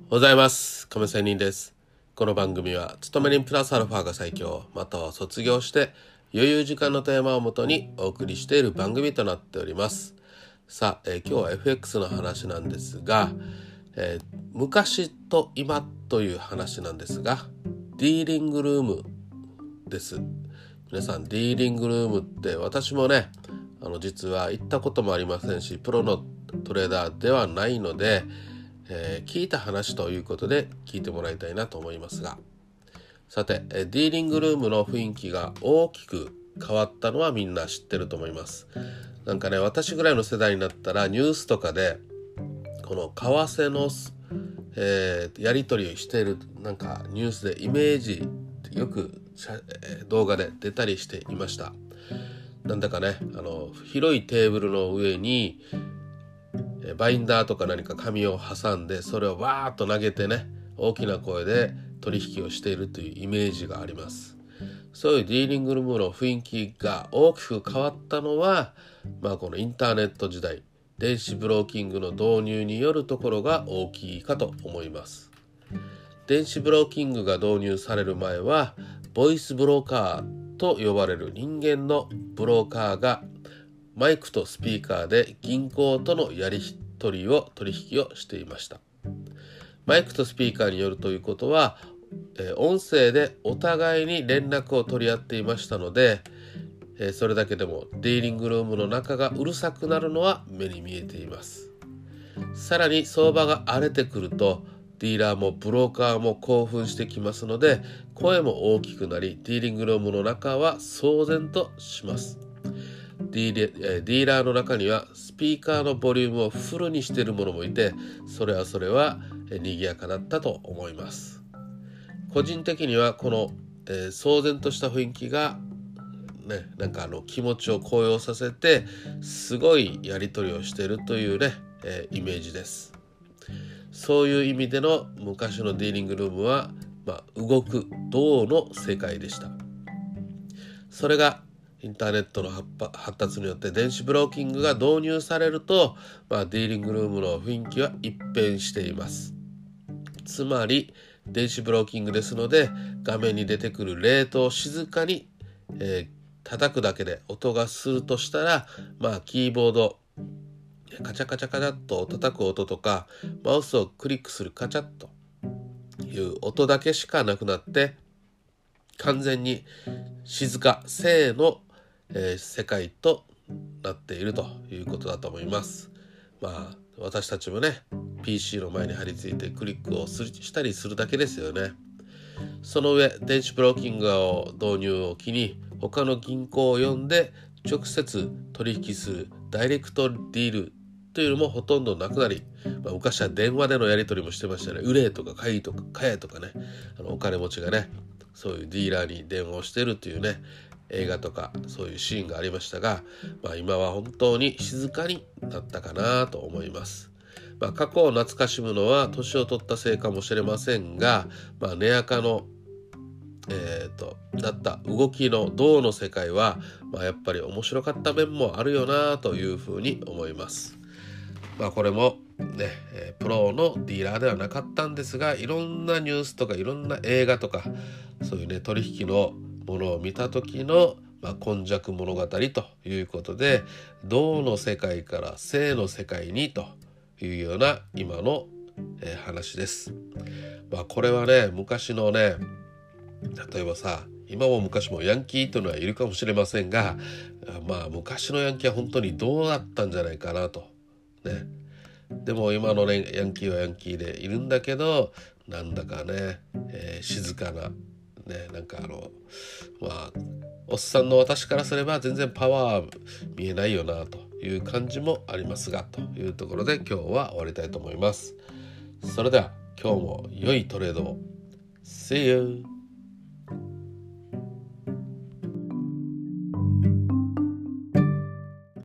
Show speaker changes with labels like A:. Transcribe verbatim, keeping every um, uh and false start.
A: おはようございます。亀仙人です。この番組は勤め人プラスアルファが最強、または卒業して余裕時間のテーマをもとにお送りしている番組となっております。さあ、えー、今日は エフエックス の話なんですが、えー、昔と今という話なんですが、ディーリングルームです。皆さん、ディーリングルームって私もね、あの実は行ったこともありませんし、プロのトレーダーではないので、えー、聞いた話ということで聞いてもらいたいなと思いますが、さて、ディーリングルームの雰囲気が大きく変わったのはみんな知ってると思います。なんかね、私ぐらいの世代になったらニュースとかでこの為替の、えー、やり取りをしているなんかニュースでイメージよく動画で出たりしていました。なんだかね、あの広いテーブルの上にバインダーとか何か紙を挟んで、それをわーっと投げてね、大きな声で取引をしているというイメージがあります。そういうディーリングルームの雰囲気が大きく変わったのは、まあ、このインターネット時代、電子ブローキングの導入によるところが大きいかと思います。電子ブローキングが導入される前は、ボイスブローカーと呼ばれる人間のブローカーがマイクとスピーカーで銀行とのやり取りを取引をしていました。マイクとスピーカーによるということは、えー、音声でお互いに連絡を取り合っていましたので、えー、それだけでもディーリングルームの中がうるさくなるのは目に見えています。さらに相場が荒れてくると、ディーラーもブローカーも興奮してきますので、声も大きくなり、ディーリングルームの中は騒然とします。ディー、ディーラーの中にはスピーカーのボリュームをフルにしている者もいて、それはそれは賑やかだったと思います。個人的にはこの、えー、騒然とした雰囲気がね、なんかあの気持ちを高揚させて、すごいやり取りをしているというね、えー、イメージです。そういう意味での昔のディーリングルームは、まあ、動く銅の世界でした。それがインターネットの発達によって電子ブローキングが導入されると、まあ、ディーリングルームの雰囲気は一変しています。つまり電子ブローキングですので、画面に出てくるレートを静かに、えー、叩くだけで音がするとしたら、まあ、キーボードカチャカチャカチャっと叩く音とか、マウスをクリックするカチャッという音だけしかなくなって、完全に静か静の、えー、世界となっているということだと思います。まあ私たちもね ピーシー の前に張り付いてクリックをするしたりするだけですよね。その上、電子ブローキングを導入を機に他の銀行を呼んで直接取引するダイレクトディールというのもほとんどなくなり、まあ、昔は電話でのやり取りもしてましたね。売れとか買いとか買えとかね、あのお金持ちがね、そういうディーラーに電話をしているというね、映画とかそういうシーンがありましたが、まあ、今は本当に静かになったかなと思います。まあ、過去を懐かしむのは年を取ったせいかもしれませんが、まあ、根垢のえーと、だった動きの銅の世界は、まあ、やっぱり面白かった面もあるよなというふうに思います。まあこれもね、えー、プロのディーラーではなかったんですが、いろんなニュースとかいろんな映画とかそういうね取引のものを見た時の、まあ、今昔物語ということで、銅の世界から正の世界にというような今の、えー、話です。まあこれはね、昔のね、例えばさ、今も昔もヤンキーというのはいるかもしれませんが、まあ昔のヤンキーは本当にどうだったんじゃないかなとね。でも今のねヤンキーはヤンキーでいるんだけど、なんだかね、えー、静かなね、なんかあのまあおっさんの私からすれば全然パワー見えないよなという感じもありますが、というところで今日は終わりたいと思います。それでは今日も良いトレードを。See you!